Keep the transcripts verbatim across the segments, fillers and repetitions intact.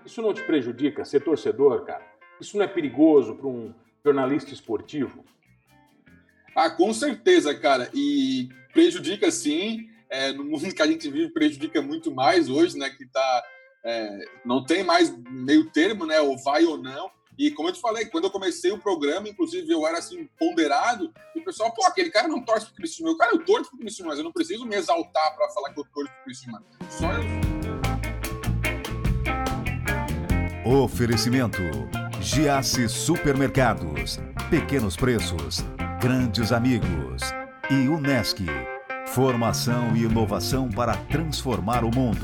Isso não te prejudica ser torcedor, cara? Isso não é perigoso para um jornalista esportivo? Ah, com certeza, cara. E prejudica sim. É, no mundo que a gente vive, prejudica muito mais hoje, né? Que tá, é, não tem mais meio termo, né? Ou vai ou não. E como eu te falei, quando eu comecei o programa, inclusive eu era assim, ponderado, e o pessoal, pô, aquele cara não torce pro Criciúma. Eu, cara, eu torço pro Criciúma, mas eu não preciso me exaltar para falar que eu torço pro Criciúma. Só eu. Oferecimento: Giasse Supermercados, pequenos preços, grandes amigos, e Unesc, formação e inovação para transformar o mundo.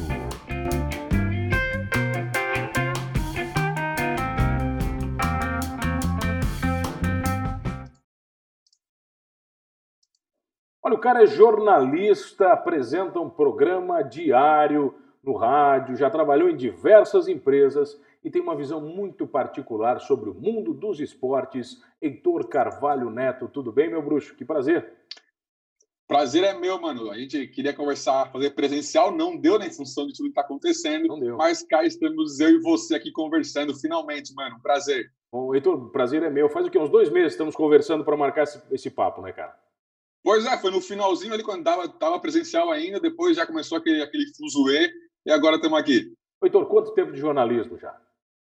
Olha, o cara é jornalista, apresenta um programa diário no rádio, já trabalhou em diversas empresas e tem uma visão muito particular sobre o mundo dos esportes. Heitor Carvalho Neto, tudo bem, meu bruxo? Que prazer. Prazer é meu, mano. A gente queria conversar, fazer presencial, não deu, né, em função de tudo que está acontecendo. Não deu. Mas cá estamos eu e você aqui conversando, finalmente, mano. Prazer. Bom, Heitor, prazer é meu. Faz o quê? Uns dois meses estamos conversando para marcar esse, esse papo, né, cara? Pois é, foi no finalzinho ali, quando tava, tava presencial ainda, depois já começou aquele, aquele fuzuê, e agora estamos aqui. Heitor, quanto tempo de jornalismo já?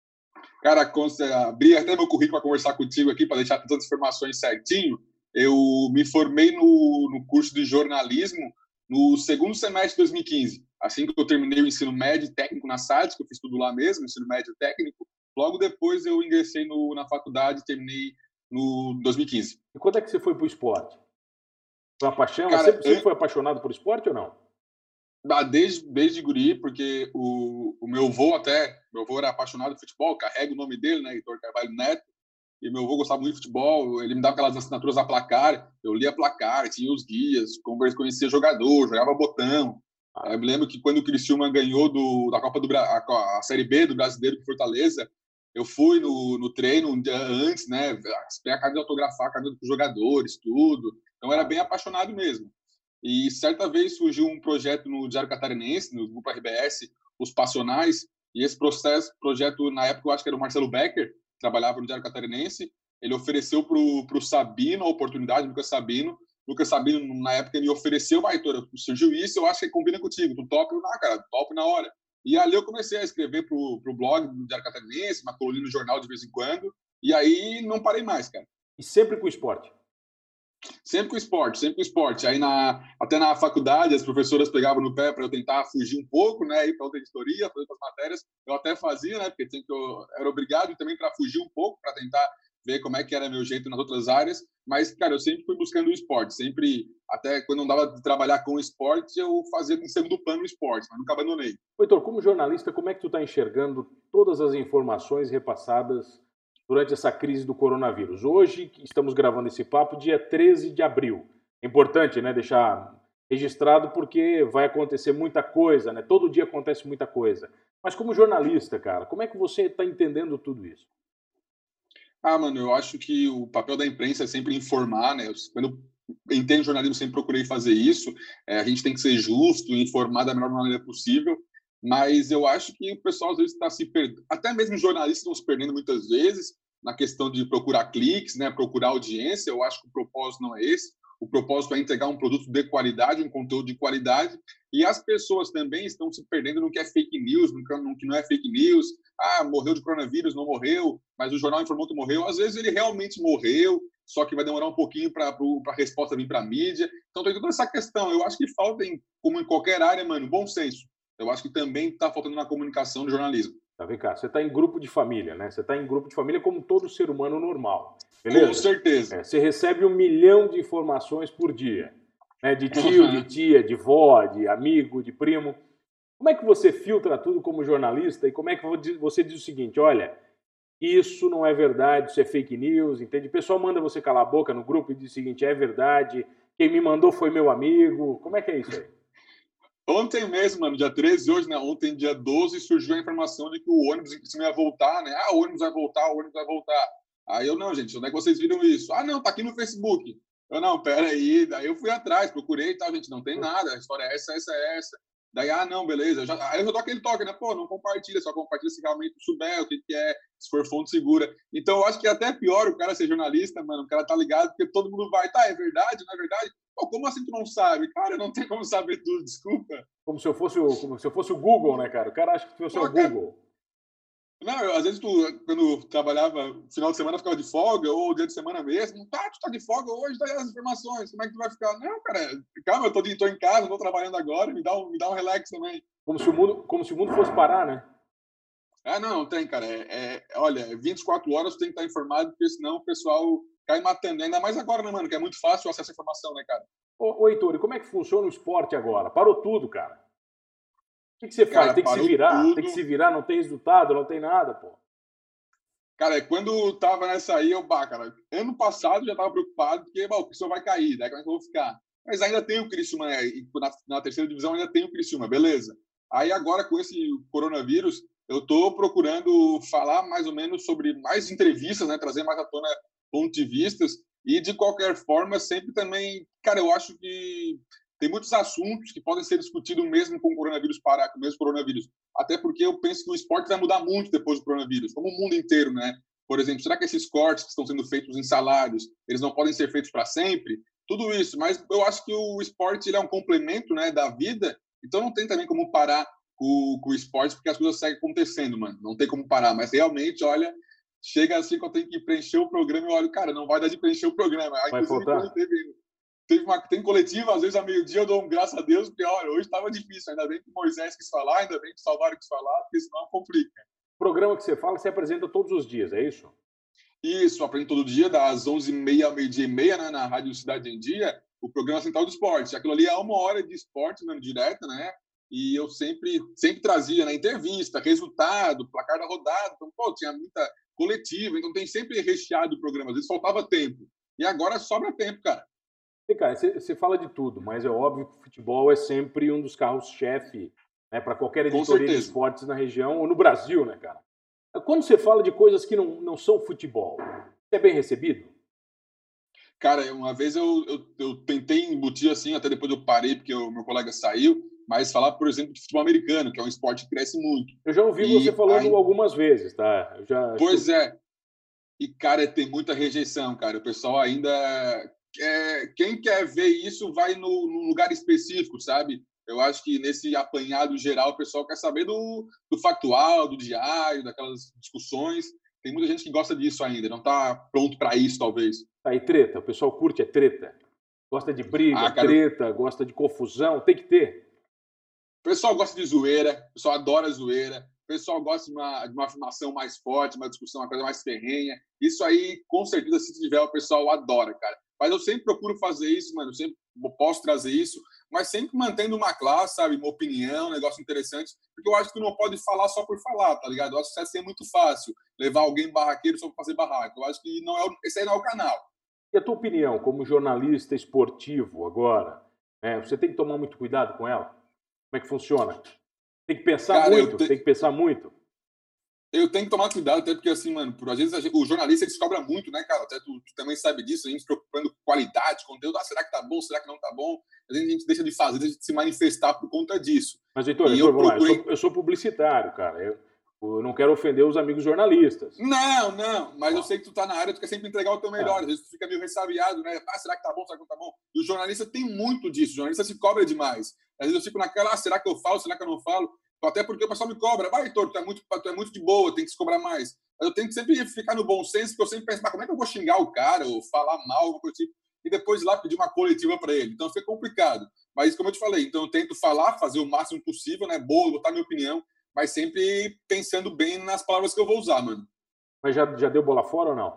Cara, abri até meu currículo para conversar contigo aqui, para deixar todas as informações certinho. Eu me formei no, no curso de jornalismo no segundo semestre de dois mil e quinze. Assim que eu terminei o ensino médio técnico na S A D S, que eu fiz tudo lá mesmo, ensino médio técnico, logo depois eu ingressei no, na faculdade e terminei no dois mil e quinze. E quando é que você foi pro esporte? Foi uma paixão? Cara, sempre, sempre eu... foi apaixonado por esporte ou não? Desde, desde guri, porque o, o meu avô até, meu avô era apaixonado por futebol, carrega o nome dele, né, Heitor Carvalho Neto, e meu avô gostava muito de futebol, ele me dava aquelas assinaturas a placar, eu lia placar, tinha os guias, conhecia jogador, jogava botão. Ah. Eu me lembro que quando o Criciúma ganhou do, da Copa do a, a Série B do Brasileiro com Fortaleza, eu fui no, no treino um dia antes, né, pegar a carta de autografar, a carta dos jogadores, tudo. Então eu era bem apaixonado mesmo. E certa vez surgiu um projeto no Diário Catarinense, no grupo R B S, Os Passionais, e esse processo, projeto, na época, eu acho que era o Marcelo Becker, que trabalhava no Diário Catarinense, ele ofereceu para o Sabino a oportunidade, Lucas Sabino. Lucas Sabino, na época, me ofereceu, vai, Heitor, surgiu isso, eu acho que combina contigo, tu topa? Eu, não, cara, topo na hora. E ali eu comecei a escrever para o blog do Diário Catarinense, uma coluna no jornal de vez em quando, e aí não parei mais, cara. E sempre com o esporte? Sempre com esporte, sempre com esporte. Aí, na, até na faculdade, as professoras pegavam no pé para eu tentar fugir um pouco, né? Ir para outra editoria, fazer outras matérias. Eu até fazia, né? Porque tinha que eu era obrigado também para fugir um pouco, para tentar ver como é que era meu jeito nas outras áreas. Mas, cara, eu sempre fui buscando o esporte. Sempre, até quando não dava de trabalhar com o esporte, eu fazia em segundo plano o esporte, mas nunca abandonei. Heitor, como jornalista, como é que tu está enxergando todas as informações repassadas durante essa crise do coronavírus? Hoje, estamos gravando esse papo, dia treze de abril. É importante, né, deixar registrado porque vai acontecer muita coisa, né? Todo dia acontece muita coisa. Mas como jornalista, cara, como é que você está entendendo tudo isso? Ah, mano, eu acho que o papel da imprensa é sempre informar, né? Quando eu entendo jornalismo, sempre procurei fazer isso. É, a gente tem que ser justo e informar da melhor maneira possível. Mas eu acho que o pessoal às vezes está se perdendo, até mesmo jornalistas estão se perdendo muitas vezes na questão de procurar cliques, né, procurar audiência. Eu acho que o propósito não é esse. O propósito é entregar um produto de qualidade, um conteúdo de qualidade. E as pessoas também estão se perdendo no que é fake news, no que não é fake news. Ah, morreu de coronavírus, não morreu, mas o jornal informou que morreu. Às vezes ele realmente morreu, só que vai demorar um pouquinho para a resposta vir para a mídia. Então tem toda essa questão. Eu acho que falta, em, como em qualquer área, mano, bom senso. Eu acho que também está faltando na comunicação do jornalismo. Tá, vem cá, você está em grupo de família, né? Você está em grupo de família como todo ser humano normal, beleza? Com certeza. É, você recebe um milhão de informações por dia, né? De tio, de tia, de vó, de amigo, de primo. Como é que você filtra tudo como jornalista e como é que você diz o seguinte, olha, isso não é verdade, isso é fake news, entende? O pessoal manda você calar a boca no grupo e diz o seguinte, é verdade, quem me mandou foi meu amigo. Como é que é isso aí? Ontem mesmo, mano, dia treze, hoje, né? Ontem, dia doze, surgiu a informação de que o ônibus não ia voltar, né? Ah, o ônibus vai voltar, o ônibus vai voltar. Aí eu, não, gente, onde é que vocês viram isso? Ah, não, tá aqui no Facebook. Eu, não, pera aí. Daí eu fui atrás, procurei e tal, gente, não tem nada, a história é essa, essa, essa. Daí, ah, não, beleza. Eu já, aí eu já dou aquele toque, né? Pô, não compartilha, só compartilha se realmente souber o que, que é, se for fonte segura. Então, eu acho que é até pior o cara ser jornalista, mano. O cara tá ligado, porque todo mundo vai, tá, é verdade, não é verdade? Pô, como assim tu não sabe? Cara, não tem como saber tudo, desculpa. Como se eu fosse o, como se eu fosse o Google, né, cara? O cara acha que você é o Google. Não, eu, às vezes, tu, quando eu trabalhava, final de semana eu ficava de folga, ou dia de semana mesmo, tá, tu tá de folga hoje, daí as informações, como é que tu vai ficar? Não, cara, calma, eu tô, de, tô em casa, tô trabalhando agora, me dá um, me dá um relax também. Como se o mundo, como se o mundo fosse parar, né? Ah, não, não tem, cara. É, é, olha, vinte e quatro horas tu tem que estar informado, porque senão o pessoal cai matando. Ainda mais agora, né, mano, que é muito fácil o acesso à informação, né, cara? Ô, ô Heitor, e como é que funciona o esporte agora? Parou tudo, cara. O que, que você Cara, faz? Tem que se parou virar, tudo. tem que se virar, não tem resultado, não tem nada, pô. Cara, quando tava nessa aí, eu, bah, cara, ano passado já tava preocupado, porque, bom, o Criciúma vai cair, daí como é que eu vou ficar? Mas ainda tem o Criciúma, né? E na, na terceira divisão ainda tem o Criciúma, beleza. Aí agora, com esse coronavírus, eu tô procurando falar mais ou menos sobre mais entrevistas, né? Trazer mais à tona pontos de vistas, e de qualquer forma, sempre também, cara, eu acho que tem muitos assuntos que podem ser discutidos mesmo com o coronavírus parar, com o mesmo coronavírus. Até porque eu penso que o esporte vai mudar muito depois do coronavírus, como o mundo inteiro, né? Por exemplo, será que esses cortes que estão sendo feitos em salários, eles não podem ser feitos para sempre? Tudo isso, mas eu acho que o esporte ele é um complemento, né, da vida, então não tem também como parar com, com o esporte, porque as coisas seguem acontecendo, mano. Não tem como parar, mas realmente, olha, chega assim que eu tenho que preencher o programa e eu olho, cara, não vai dar de preencher o programa. Aí, Vai inclusive, faltar? quando teve Teve uma, tem coletiva, às vezes, a meio-dia, eu dou um graças a Deus, porque, olha, hoje estava difícil. Ainda bem que Moisés quis falar, ainda bem que o Salvador quis falar, porque senão complica. O programa que você fala, você apresenta todos os dias, é isso? Isso, aprendo todo dia, das onze e meia ao meio-dia e meia, né, na Rádio Cidade em Dia, o programa Central do Esporte. Aquilo ali é uma hora de esporte, mesmo, direto, né? E eu sempre, sempre trazia, né, entrevista, resultado, placar da rodada. Então, pô, tinha muita coletiva, então tem sempre recheado o programa. Às vezes faltava tempo. E agora sobra tempo, cara. E, cara, você, você fala de tudo, mas é óbvio que o futebol é sempre um dos carros-chefe, né, para qualquer Com editoria de certeza. esportes na região ou no Brasil, né, cara? Quando você fala de coisas que não, não são futebol, você é bem recebido? Cara, uma vez eu, eu, eu tentei embutir assim, até depois eu parei porque o meu colega saiu, mas falar, por exemplo, de futebol americano, que é um esporte que cresce muito. Eu já ouvi E você falando aí- algumas vezes, tá? Eu já, Pois é. E, cara, tem muita rejeição, cara. O pessoal ainda... quer- quem quer ver isso vai no, num lugar específico, sabe? Eu acho que nesse apanhado geral o pessoal quer saber do, do factual, do diário, daquelas discussões. Tem muita gente que gosta disso ainda, não está pronto para isso, talvez. Tá, e treta, o pessoal curte é treta. Gosta de briga, Ah, cara, treta, gosta de confusão, tem que ter. o pessoal gosta de zoeira, o pessoal adora zoeira, o pessoal gosta de uma, de uma afirmação mais forte, uma discussão, uma coisa mais ferrenha. Isso aí, com certeza, se tiver, o pessoal adora, cara. Mas eu sempre procuro fazer isso, mano, eu sempre posso trazer isso, mas sempre mantendo uma classe, sabe, uma opinião, um negócio interessante, porque eu acho que tu não pode falar só por falar, tá ligado? Eu acho que isso é muito fácil, levar alguém barraqueiro só pra fazer barraco. Eu acho que não é o, esse aí não é o canal. E a tua opinião, como jornalista esportivo agora, né, você tem que tomar muito cuidado com ela? Como é que funciona? Tem que pensar Cara, eu muito, te- tem que pensar muito. Eu tenho que tomar cuidado, até porque, assim, mano, por, às vezes a gente- o jornalista ele se cobra muito, né, cara? Até tu, tu também sabe disso, a gente se preocupando com qualidade, conteúdo. Ah, será que tá bom? Será que não tá bom? Às vezes a gente deixa de fazer, deixa de se manifestar por conta disso. Mas, Heitor, E Heitor, eu vamos lá, eu procurei. sou, eu sou publicitário, cara. Eu, eu não quero ofender os amigos jornalistas. Não, não, mas eu sei que tu tá na área, tu quer sempre entregar o teu melhor. É. Às vezes tu fica meio ressabiado, né? Ah, será que tá bom? Será que não tá bom? E o jornalista tem muito disso, o jornalista se cobra demais. Às vezes eu fico naquela, ah, será que eu falo? Será que eu não falo? Até porque o pessoal me cobra. Vai, Heitor, tu é muito, tu é muito de boa, tem que se cobrar mais. Mas eu tenho que sempre ficar no bom senso, porque eu sempre penso, mas como é que eu vou xingar o cara ou falar mal, alguma coisa tipo, e depois ir lá pedir uma coletiva para ele? Então fica complicado. Mas, como eu te falei, então eu tento falar, fazer o máximo possível, né? Boa, botar minha opinião, mas sempre pensando bem nas palavras que eu vou usar, mano. Mas já, já deu bola fora ou não?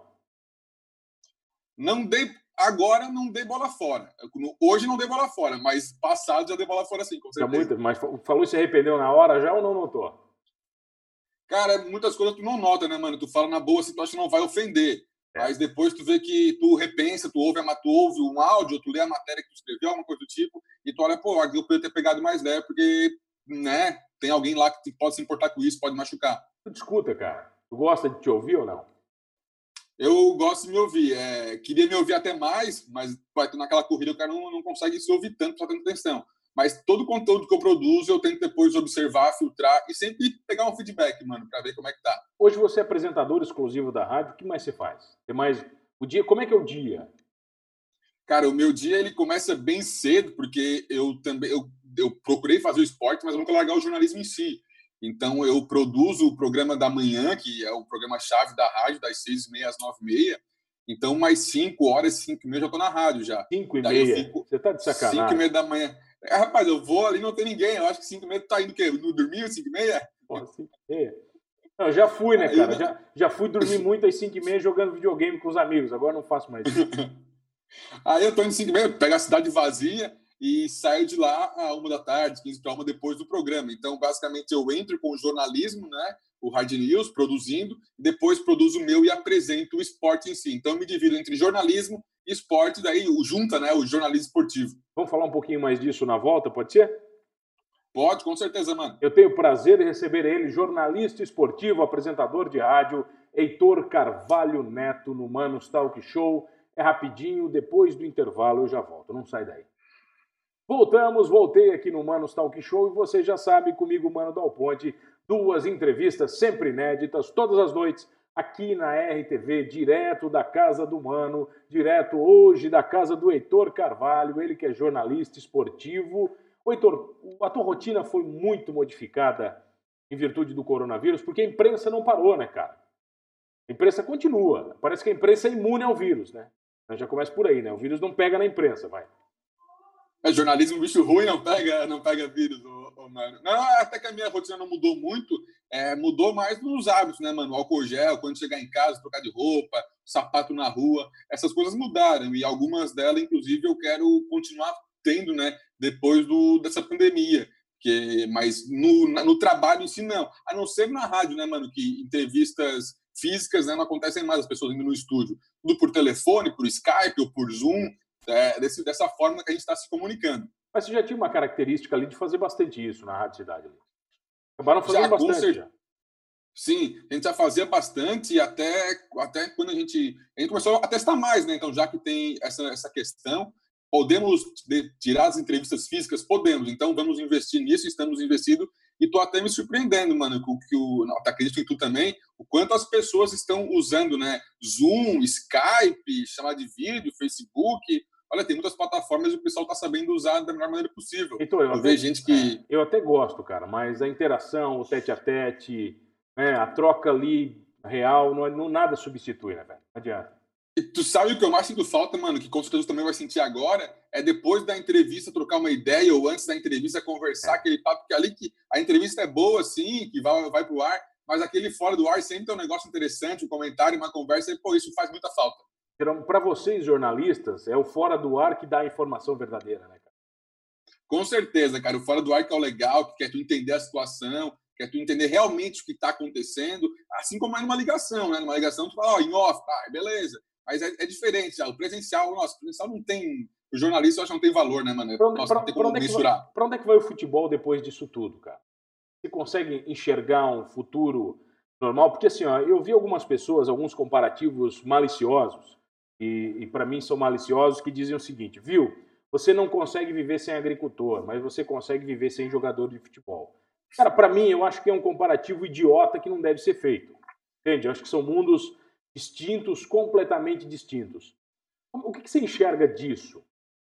Não dei. Agora não dei bola fora. Hoje não dei bola fora, mas passado já dei bola fora sim, com Já certeza. muito, mas falou e se arrependeu na hora já ou não notou? Cara, muitas coisas tu não nota, né, mano? Tu fala na boa, assim, tu acha que não vai ofender. É. Mas depois tu vê que tu repensa, tu ouve, a, tu ouve um áudio, tu lê a matéria que tu escreveu, alguma coisa do tipo, e tu olha, pô, aqui eu poderia ter pegado mais leve, porque, né, tem alguém lá que pode se importar com isso, pode machucar. Tu discuta, cara. Tu gosta de te ouvir ou não? Eu gosto de me ouvir. É, queria me ouvir até mais, mas vai, naquela corrida o cara não, não consegue se ouvir tanto, só tendo atenção. Mas todo o conteúdo que eu produzo, eu tento depois observar, filtrar e sempre pegar um feedback, mano, para ver como é que tá. Hoje você é apresentador exclusivo da rádio, o que mais você faz? Tem mais o dia, como é que é o dia? Cara, o meu dia ele começa bem cedo, porque eu também eu, eu procurei fazer o esporte, mas nunca largar o jornalismo em si. Então eu produzo o programa da manhã, que é o programa-chave da rádio, das seis e meia às nove e meia. Então, mais cinco horas, cinco e meia, eu já tô na rádio já. Cinco e Daí eu meia? fico Você tá de sacanagem? Cinco e meia da manhã. É, rapaz, eu vou ali, não tem ninguém. Eu acho que cinco e meia tu tá indo o quê? No dormir, cinco e meia? Pô, cinco e meia. Não, eu já fui, né, Aí, cara? não... Já, já fui dormir muito às cinco e meia jogando videogame com os amigos. Agora não faço mais isso. Aí eu tô indo cinco e meia, pego a cidade vazia e saio de lá a uma da tarde, quinze para uma, depois do programa. Então, basicamente, eu entro com o jornalismo, né? O Hard News, produzindo, depois produzo o meu e apresento o esporte em si. Então, eu me divido entre jornalismo e esporte, daí junta, né, o jornalismo esportivo. Vamos falar um pouquinho mais disso na volta, pode ser? Pode, com certeza, mano. Eu tenho o prazer de receber ele, jornalista esportivo, apresentador de rádio, Heitor Carvalho Neto, no Manos Talk Show. É rapidinho, depois do intervalo eu já volto, não sai daí. Voltamos, voltei aqui no Manos Talk Show e você já sabe, comigo, Mano Dal Ponte, duas entrevistas sempre inéditas, todas as noites, aqui na R T V, direto da casa do Mano, direto hoje da casa do Heitor Carvalho, ele que é jornalista esportivo. Ô, Heitor, a tua rotina foi muito modificada em virtude do coronavírus, porque a imprensa não parou, né, cara? A imprensa continua. Parece que a imprensa é imune ao vírus, né? Já começa por aí, né? O vírus não pega na imprensa, vai. É, jornalismo, bicho ruim, não pega, não pega vírus, ô, ô, mano. Não, até que a minha rotina não mudou muito, é, mudou mais nos hábitos, né, mano? Álcool gel, quando chegar em casa, trocar de roupa, sapato na rua, essas coisas mudaram e algumas delas, inclusive, eu quero continuar tendo, né, depois do, dessa pandemia. Que, mas no, no trabalho em si, não. A não ser na rádio, né, mano? Que entrevistas físicas, né, não acontecem mais, as pessoas indo no estúdio. Tudo por telefone, por Skype ou por Zoom. É, desse, dessa forma que a gente está se comunicando. Mas você já tinha uma característica ali de fazer bastante isso na Rádio Cidade. Ali. Acabaram fazendo já, bastante. Cer... Já. Sim, a gente já fazia bastante e até, até quando a gente... A gente começou a testar mais, né? Então, já que tem essa, essa questão, podemos tirar as entrevistas físicas? Podemos. Então, vamos investir nisso, estamos investindo. E tô até me surpreendendo, mano, com que o... Não, acredito em tu também, o quanto as pessoas estão usando, né? Zoom, Skype, chamar de vídeo, Facebook... Olha, tem muitas plataformas e o pessoal está sabendo usar da melhor maneira possível. Então, eu, eu até, vejo gente que... é, eu até gosto, cara, mas a interação, o tete-a-tete, né, a troca ali real, não, não nada substitui, né, velho? Não adianta. E tu sabe o que eu mais sinto falta, mano, que com certeza também vai sentir agora, é depois da entrevista trocar uma ideia ou antes da entrevista conversar, é. aquele papo que ali que a entrevista é boa, sim, que vai, vai pro ar, mas aquele fora do ar sempre tem um negócio interessante, um comentário, uma conversa, e, pô, isso faz muita falta. Para vocês, jornalistas, é o fora do ar que dá a informação verdadeira, né, cara? Com certeza, cara. O fora do ar que é o legal, que quer tu entender a situação, quer tu entender realmente o que está acontecendo, assim como é numa ligação, né? Numa ligação, tu fala, ó, em off, tá, beleza. Mas é, é diferente, já. O presencial, nossa, o presencial não tem... O jornalista, eu acho que não tem valor, né, mano? Pra onde, nossa, pra, não tem como pra mensurar. Para onde é que vai o futebol depois disso tudo, cara? Você consegue enxergar um futuro normal? Porque, assim, ó, eu vi algumas pessoas, alguns comparativos maliciosos, e, e para mim são maliciosos, que dizem o seguinte, viu, você não consegue viver sem agricultor, mas você consegue viver sem jogador de futebol. Cara, para mim, eu acho que é um comparativo idiota que não deve ser feito. Entende? Eu acho que são mundos distintos, completamente distintos. O que, que você enxerga disso?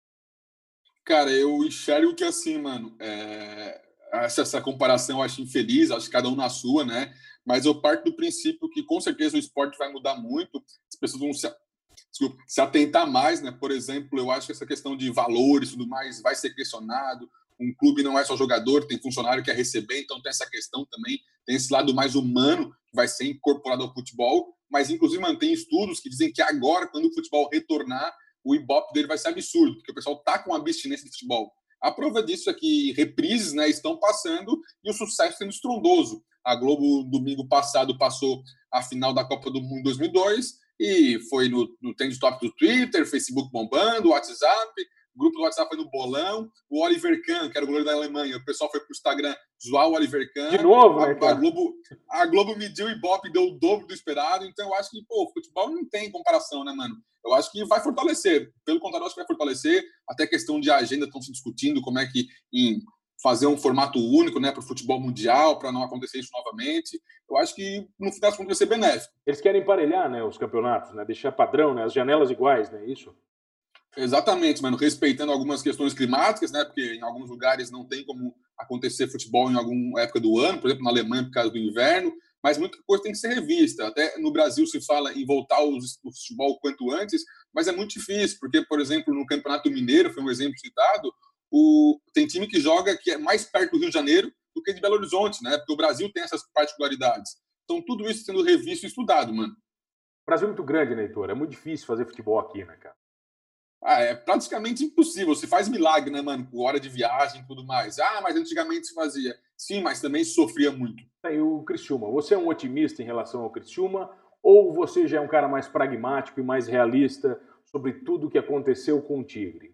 Cara, eu enxergo que assim, mano, é... essa, essa comparação eu acho infeliz, acho que cada um na sua, né? Mas eu parto do princípio que com certeza o esporte vai mudar muito, as pessoas vão se Desculpa, se atentar mais, né? Por exemplo, eu acho que essa questão de valores e tudo mais vai ser questionado. Um clube não é só jogador, tem funcionário que quer receber, então tem essa questão também, tem esse lado mais humano que vai ser incorporado ao futebol, mas inclusive mantém estudos que dizem que agora, quando o futebol retornar, o Ibope dele vai ser absurdo, porque o pessoal tá com abstinência de futebol. A prova disso é que reprises, né, estão passando e o sucesso sendo estrondoso. A Globo, domingo passado, passou a final da Copa do Mundo em dois mil e dois, e foi no, no trend top do Twitter, Facebook bombando, WhatsApp, o grupo do WhatsApp foi no bolão, o Oliver Kahn, que era o goleiro da Alemanha, o pessoal foi pro Instagram zoar o Oliver Kahn. De novo, a, né, cara? A Globo, a Globo mediu o Ibope e deu o dobro do esperado, então eu acho que, pô, o futebol não tem comparação, né, mano? Eu acho que vai fortalecer, pelo contrário, eu acho que vai fortalecer, até questão de agenda estão se discutindo como é que em fazer um formato único, né, para o futebol mundial, para não acontecer isso novamente. Eu acho que, no final das contas, vai ser benéfico. Eles querem emparelhar, né, os campeonatos, né, deixar padrão, né, as janelas iguais, né, isso? Exatamente, mano, respeitando algumas questões climáticas, né, porque em alguns lugares não tem como acontecer futebol em alguma época do ano, por exemplo, na Alemanha por causa do inverno, mas muita coisa tem que ser revista. Até no Brasil se fala em voltar ao futebol o quanto antes, mas é muito difícil, porque, por exemplo, no Campeonato Mineiro, foi um exemplo citado, o... tem time que joga que é mais perto do Rio de Janeiro do que de Belo Horizonte, né, porque o Brasil tem essas particularidades. Então, tudo isso sendo revisto e estudado, mano. O Brasil é muito grande, né, Heitor? É muito difícil fazer futebol aqui, né, cara? Ah, é praticamente impossível. Se faz milagre, né, mano? Com hora de viagem e tudo mais. Ah, mas antigamente se fazia. Sim, mas também se sofria muito. E o Criciúma, você é um otimista em relação ao Criciúma ou você já é um cara mais pragmático e mais realista sobre tudo o que aconteceu com o Tigre?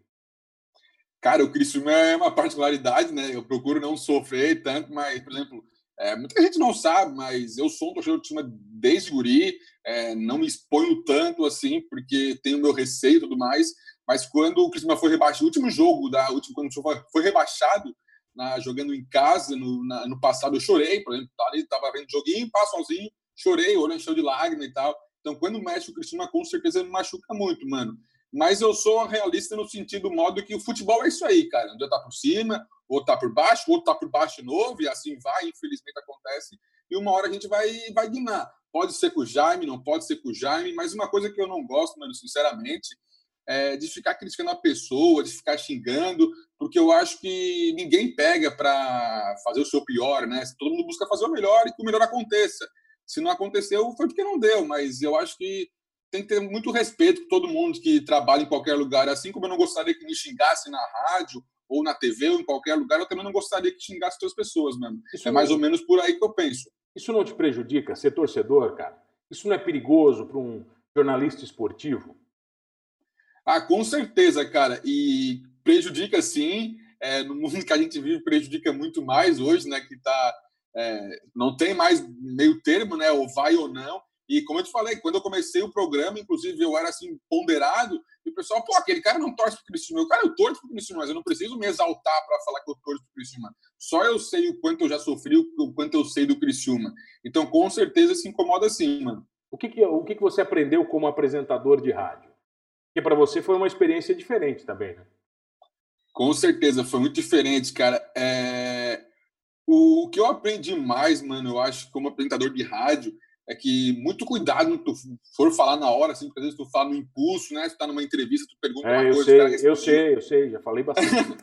Cara, o Criciúma é uma particularidade, né? Eu procuro não sofrer tanto, mas, por exemplo, é, muita gente não sabe, mas eu sou um torcedor do Criciúma desde guri, é, não me exponho tanto assim, porque tenho meu receio e tudo mais, mas quando o Criciúma foi rebaixado, o último jogo, da, último, quando o Criciúma foi rebaixado, na, jogando em casa, no, na, no passado eu chorei, por exemplo, ali estava vendo joguinho, passo sozinho, chorei, o olho encheu de lágrima e tal. Então, quando mexe o Criciúma, com certeza me machuca muito, mano. Mas eu sou realista no sentido modo que o futebol é isso aí, cara. Um dia tá por cima, outro tá por baixo, outro tá por baixo de novo, e assim vai, infelizmente acontece. E uma hora a gente vai, vai guinar. Pode ser com o Jaime, não pode ser com o Jaime, mas uma coisa que eu não gosto, mano, sinceramente, é de ficar criticando a pessoa, de ficar xingando, porque eu acho que ninguém pega para fazer o seu pior, né? Todo mundo busca fazer o melhor e que o melhor aconteça. Se não aconteceu, foi porque não deu, mas eu acho que tem que ter muito respeito com todo mundo que trabalha em qualquer lugar. Assim como eu não gostaria que me xingasse na rádio ou na T V ou em qualquer lugar, eu também não gostaria que xingasse outras pessoas, mano. Isso é mais ou menos por aí que eu penso. Isso não te prejudica ser torcedor, cara? Isso não é perigoso para um jornalista esportivo? Ah, com certeza, cara. E prejudica sim. É, no mundo que a gente vive, prejudica muito mais hoje, né? Que tá, é, não tem mais meio termo, né? Ou vai ou não. E como eu te falei, quando eu comecei o programa, inclusive eu era assim, ponderado, e o pessoal, pô, aquele cara não torce pro Criciúma. Eu, cara, eu torço pro Criciúma, mas eu não preciso me exaltar para falar que eu torço pro Criciúma. Só eu sei o quanto eu já sofri, o quanto eu sei do Criciúma. Então, com certeza, se incomoda sim, mano. O que, que, o que, que você aprendeu como apresentador de rádio? Porque para você foi uma experiência diferente também, né? Com certeza, foi muito diferente, cara. É... O que eu aprendi mais, mano, eu acho, como apresentador de rádio, é que muito cuidado no que tu for falar na hora, assim, porque às vezes tu fala no impulso, né? Tu tá numa entrevista, tu pergunta é, uma eu coisa... Sei, cara eu sei, eu sei, já falei bastante.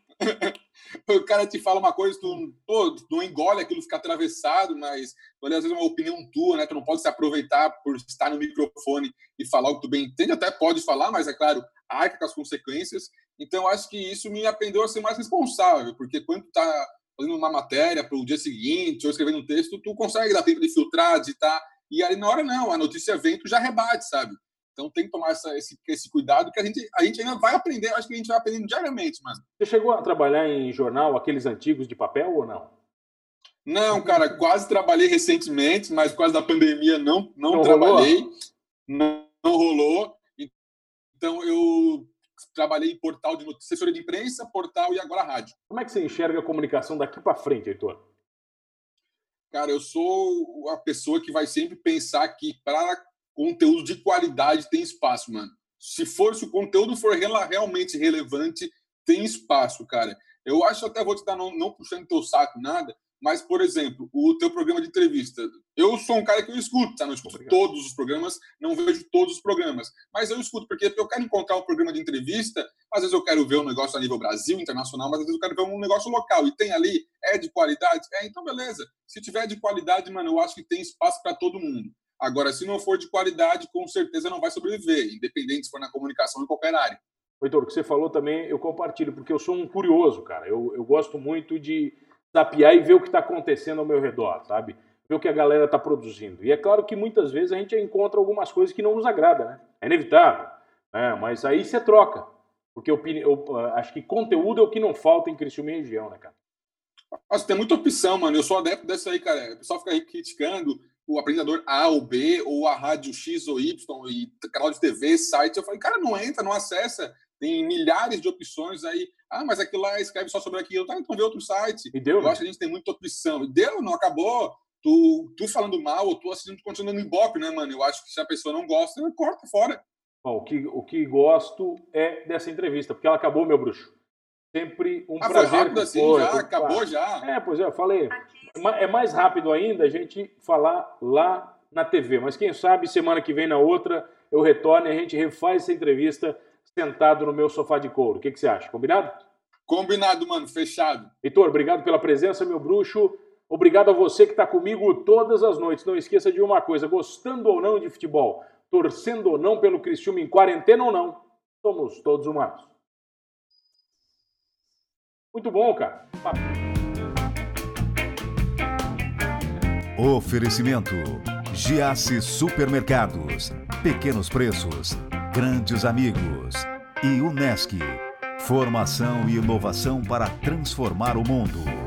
O cara te fala uma coisa, tu, pô, tu não engole aquilo, fica atravessado, mas às vezes é uma opinião tua, né? Tu não pode se aproveitar por estar no microfone e falar o que tu bem entende, até pode falar, mas é claro, arca com as consequências. Então, acho que isso me aprendeu a ser mais responsável, porque quando tu tá fazendo uma matéria para o dia seguinte, ou escrevendo um texto, tu consegue dar tempo de filtrar, de editar, e aí na hora não, a notícia vem, tu já rebate, sabe? Então tem que tomar essa, esse, esse cuidado que a gente, a gente ainda vai aprender, acho que a gente vai aprendendo diariamente, mano. Você chegou a trabalhar em jornal, aqueles antigos de papel ou não? Não, cara, quase trabalhei recentemente, mas por causa da pandemia não, não, não trabalhei, não, não rolou. Então eu trabalhei em portal de notícia, assessoria de imprensa, portal e agora rádio. Como é que você enxerga a comunicação daqui para frente, Heitor? Cara, eu sou a pessoa que vai sempre pensar que para conteúdo de qualidade tem espaço, mano. Se for, se o conteúdo for realmente relevante, tem espaço, cara. Eu acho, até vou te dar, não, não puxando teu saco, nada, mas, por exemplo, o teu programa de entrevista. Eu sou um cara que eu escuto, tá? Não escuto Obrigado. todos os programas, não vejo todos os programas, mas eu escuto, porque eu quero encontrar um programa de entrevista, às vezes eu quero ver um negócio a nível Brasil, internacional, mas às vezes eu quero ver um negócio local, e tem ali, é de qualidade? É, então beleza. Se tiver de qualidade, mano, eu acho que tem espaço para todo mundo. Agora, se não for de qualidade, com certeza não vai sobreviver, independente se for na comunicação ou em qualquer área. Heitor, o que você falou também, eu compartilho, porque eu sou um curioso, cara. Eu, eu gosto muito de tapear e ver o que está acontecendo ao meu redor, sabe? Ver o que a galera está produzindo. E é claro que muitas vezes a gente encontra algumas coisas que não nos agradam, né? É inevitável, né? Mas aí você troca. Porque eu, eu acho que conteúdo é o que não falta em Criciúma e região, né, cara? Nossa, tem muita opção, mano. Eu sou adepto dessa aí, cara. O pessoal fica aí criticando o apresentador A ou B, ou a rádio X ou Y, e canal de T V, site. Eu falei, cara, não entra, não acessa. Tem milhares de opções aí. Ah, mas aquilo lá escreve só sobre aquilo. Tá, então vê outro site. E deu, eu né? acho que a gente tem muita opção. E deu, não acabou. Tu, tu falando mal, ou tu assistindo, continuando no Ibope, né, mano? Eu acho que se a pessoa não gosta, corta fora. Bom, o que, o que gosto é dessa entrevista, porque ela acabou, meu bruxo. Sempre um ah, prazer. Foi rápido assim, foi, já, foi, acabou pá. já. É, pois é, eu falei. É mais rápido ainda a gente falar lá na T V, mas quem sabe semana que vem na outra eu retorno e a gente refaz essa entrevista sentado no meu sofá de couro. O que, que você acha? Combinado? Combinado, mano, fechado. Heitor, obrigado pela presença, meu bruxo. Obrigado a você que está comigo todas as noites. Não esqueça de uma coisa, gostando ou não de futebol, torcendo ou não pelo Criciúma, em quarentena ou não, somos todos humanos. Muito bom, cara. Oferecimento: Giasse Supermercados, pequenos preços, grandes amigos. E Unesc, formação e inovação para transformar o mundo.